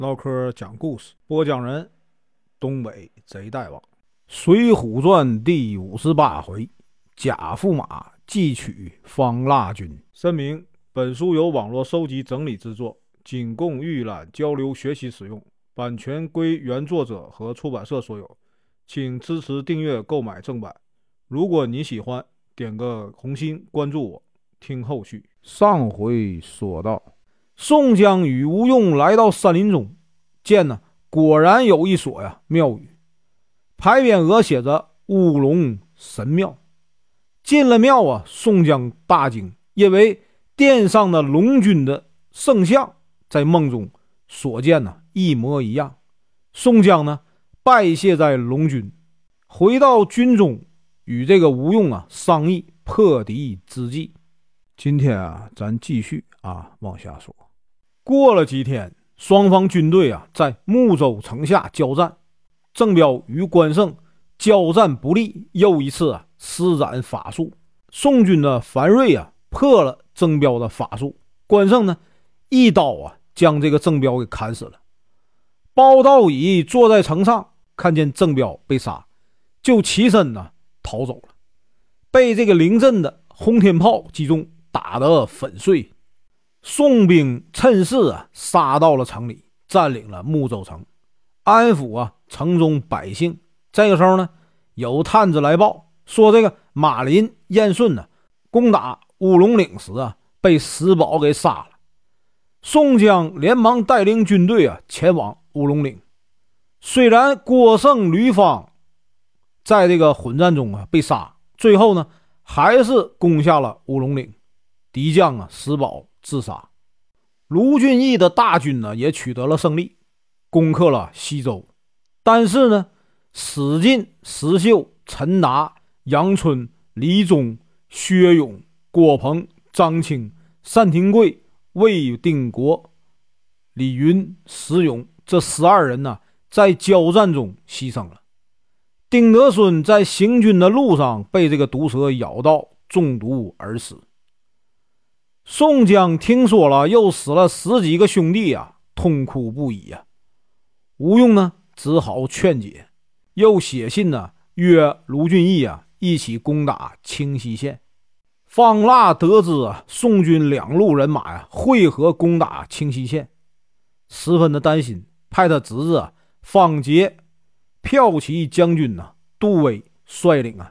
唠嗑讲故事，播讲人东北贼大王。水浒传第58回，贾驸马祭取方腊军。声明：本书由网络收集整理制作，仅供预览、交流、学习使用，版权归原作者和出版社所有，请支持订阅、购买正版。如果你喜欢，点个红心，关注我，听后续。上回说到，宋江与吴用来到山林中，见呢果然有一所庙宇，牌匾额写着乌龙神庙。进了庙宋江大惊，因为殿上的龙君的圣像在梦中所见一模一样。宋江拜谢在龙君，回到军中与这个吴用商议破敌之计。今天咱继续往下说。过了几天，双方军队在睦州城下交战，郑彪与关胜交战不利，又一次施展法术。宋军的樊瑞破了郑彪的法术，关胜一刀将这个郑彪给砍死了。包道乙坐在城上，看见郑彪被杀，就起身逃走了，被这个临阵的轰天炮击中，打得粉碎。宋兵趁势杀到了城里，占领了睦州城，安抚城中百姓。这个时候有探子来报说，这个马林、燕顺攻打乌龙岭时被石宝给杀了。宋江连忙带领军队前往乌龙岭。虽然郭盛、吕方在这个混战中被杀，最后还是攻下了乌龙岭，敌将石宝自杀。卢俊义的大军也取得了胜利，攻克了西州。但是史进、石秀、陈达、杨春、李忠、薛勇、郭鹏、张清、单廷贵、魏定国、李云、石勇这12人在交战中牺牲了。丁德孙在行军的路上被这个毒蛇咬到，中毒而死。宋江听说了，又死了10几个兄弟痛哭不已吴用只好劝解，又写信约卢俊义一起攻打清溪县。方腊得知宋军2路人马会合攻打清溪县，十分的担心，派他侄子方杰、骠骑将军杜威率领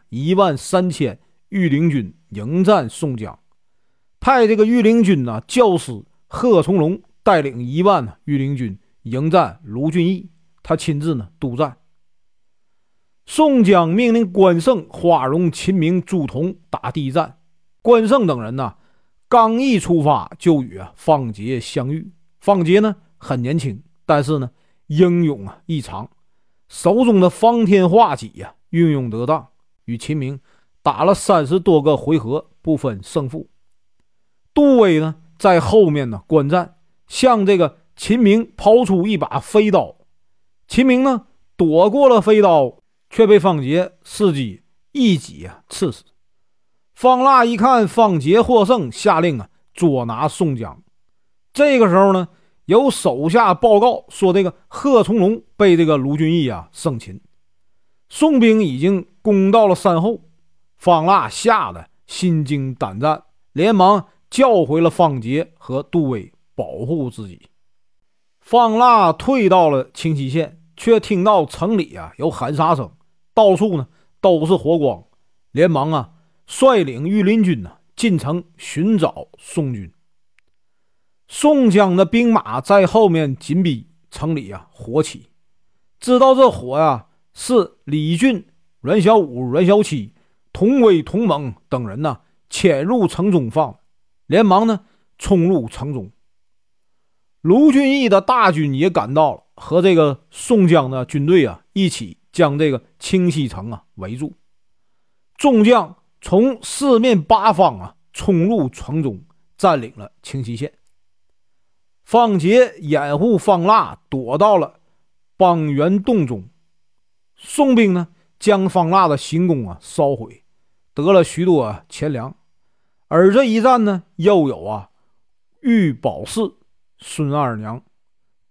13000御林军迎战宋江，派这个御林军教师贺从龙带领1万御林军迎战卢俊义，他亲自督战。宋江命令关胜、花荣、秦明、朱仝打第一战。关胜等人刚一出发就与方杰相遇。方杰很年轻，但是英勇异常，手中的方天画戟运用得当，与秦明打了30多个回合，不分胜负。杜威在后面观战，向这个秦明抛出一把飞刀，秦明躲过了飞刀，却被方杰伺机一戟刺死。方腊一看方杰获胜，下令捉拿宋江。这个时候有手下报告说，这个贺从龙被这个卢俊义生擒，宋兵已经攻到了山后。方腊吓得心惊胆战，连忙叫回了方杰和杜威保护自己。方腊退到了清溪县，却听到城里有喊杀声，到处都是火光，连忙率领御林军进城寻找宋军。宋江的兵马在后面紧逼，城里火起。知道这火是李俊、阮小五、阮小七、童威、童猛等人潜入城中放，连忙冲入城中。卢俊义的大军也赶到了，和这个宋江的军队一起将这个清溪城围住。众将从四面八方冲入城中，占领了清溪县。方杰掩护方腊躲到了邦元洞中，宋兵将方腊的行宫烧毁，得了许多钱粮。而这一战又有玉宝氏、孙二娘、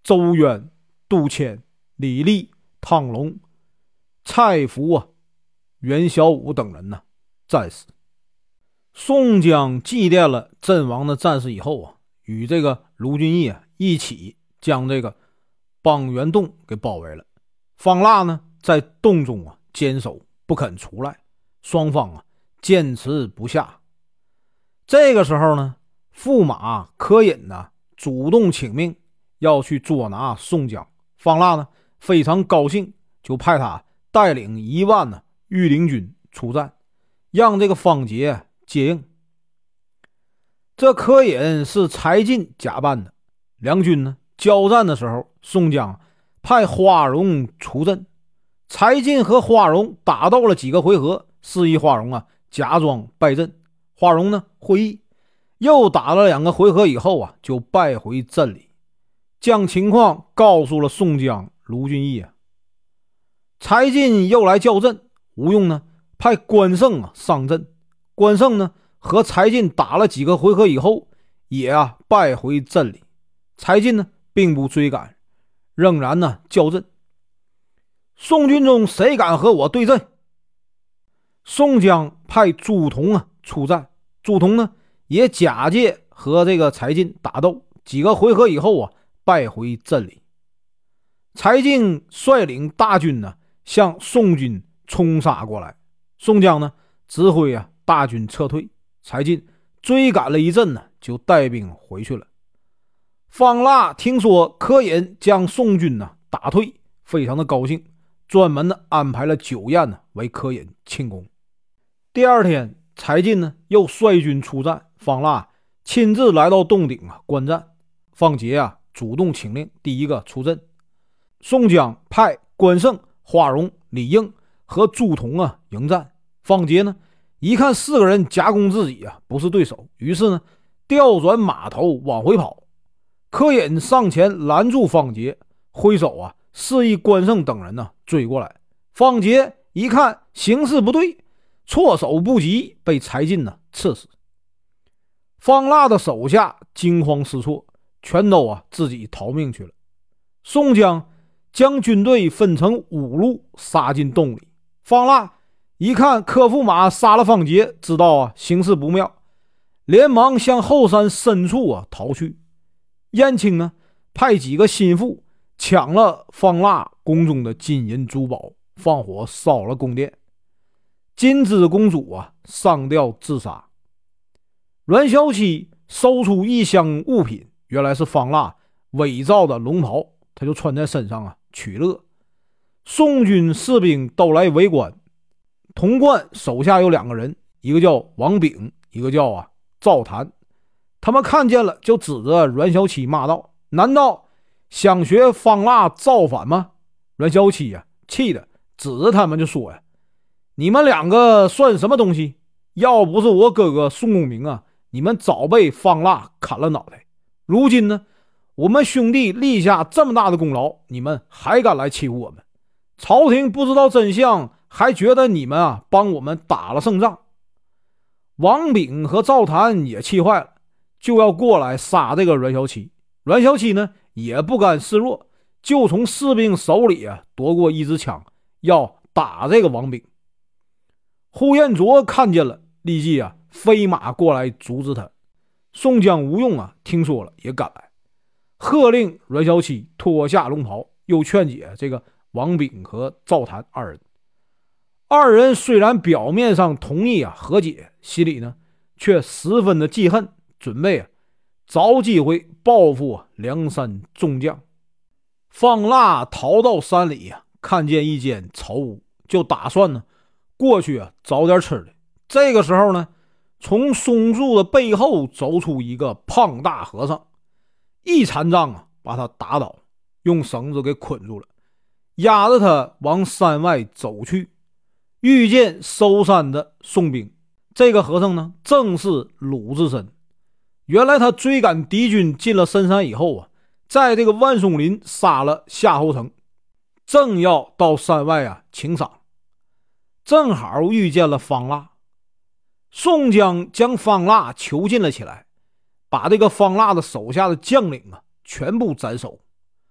周渊、杜迁、李立、汤龙、蔡福袁小武等人战死。宋江祭奠了阵亡的战士以后与这个卢俊义一起将这个邦元洞给包围了。方腊呢在洞中坚守不肯出来，双方坚持不下。这个时候呢，驸马柯隐主动请命要去捉拿宋江。方腊呢非常高兴，就派他带领1万御林军出战，让这个方杰接应。这柯隐是柴进假扮的，两军呢交战的时候，宋江派花荣出阵。柴进和花荣打斗了几个回合，示意花荣假装败阵。花荣呢会意，又打了2个回合以后就败回阵里，将情况告诉了宋江、卢俊义柴进又来叫阵，吴用呢派关胜上阵。关胜呢和柴进打了几个回合以后，也败回阵里。柴进呢并不追赶，仍然叫阵。宋军中谁敢和我对阵？宋江派朱仝出战。朱仝呢也假借和这个柴进打斗，几个回合以后败回阵里。柴进率领大军向宋军冲杀过来，宋江呢指挥大军撤退。柴进追赶了一阵就带兵回去了。方腊听说柯隐将宋军打退，非常的高兴，专门安排了酒宴为柯隐庆功。第二天，柴进呢又率军出战，方腊亲自来到洞顶观战。方杰主动请令第一个出阵。宋江派关胜、花荣、李应和朱仝迎战。方杰呢一看4个人夹攻自己不是对手，于是呢调转马头往回跑。柯隐上前拦住方杰，挥手示意关胜等人追过来。方杰一看形势不对，措手不及，被柴进刺死。方腊的手下惊慌失措，全都自己逃命去了。宋江将军队分成5路杀进洞里。方腊一看柯驸马杀了方杰，知道形势不妙，连忙向后山深处逃去。燕青呢派几个心腹抢了方腊宫中的金银珠宝，放火烧了宫殿。金枝公主上吊自杀。阮小七搜出一箱物品，原来是方腊伪造的龙袍，他就穿在身上取乐。宋军士兵都来围观。童贯手下有2个人，一个叫王炳，一个叫赵谭。他们看见了就指着阮小七骂道：难道想学方腊造反吗？阮小七气的指着他们就说你们2个算什么东西？要不是我哥哥宋公明你们早被方腊砍了脑袋。如今呢，我们兄弟立下这么大的功劳，你们还敢来欺负我们？朝廷不知道真相，还觉得你们帮我们打了胜仗。王炳和赵谭也气坏了，就要过来杀这个阮小七。阮小七呢也不甘示弱，就从士兵手里夺过一支枪，要打这个王炳。呼延灼看见了，立即飞马过来阻止他。宋江、吴用听说了也赶来，喝令阮小七脱下龙袍，又劝解这个王炳和赵谭2人。2人虽然表面上同意和解，心里呢却十分的记恨，准备找机会报复梁山众将。方腊逃到山里看见一间草屋，就打算呢过去找点吃的。这个时候呢，从松树的背后走出一个胖大和尚，一禅杖把他打倒，用绳子给捆住了，压着他往山外走去。遇见收山的宋兵，这个和尚呢正是鲁智深。原来他追赶敌军进了深山以后在这个万松林杀了夏侯成，正要到山外请赏，正好遇见了方腊。宋江将方腊囚禁了起来，把这个方腊的手下的将领全部斩首。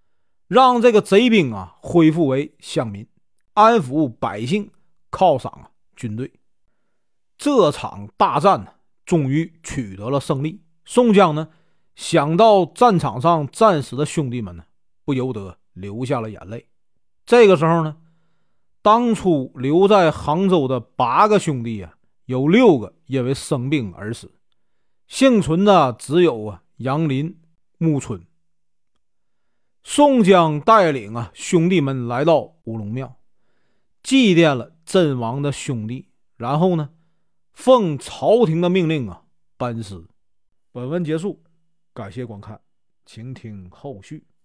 让这个贼兵啊恢复为乡民，安抚百姓，犒赏军队。这场大战呢，终于取得了胜利。宋江呢，想到战场上战死的兄弟们呢，不由得流下了眼泪。这个时候呢，当初留在杭州的8个兄弟啊，有6个因为生病而死，幸存的只有杨林、穆春。宋江带领兄弟们来到乌龙庙，祭奠了阵亡的兄弟，然后呢，奉朝廷的命令班师。本文结束，感谢观看，请听后续。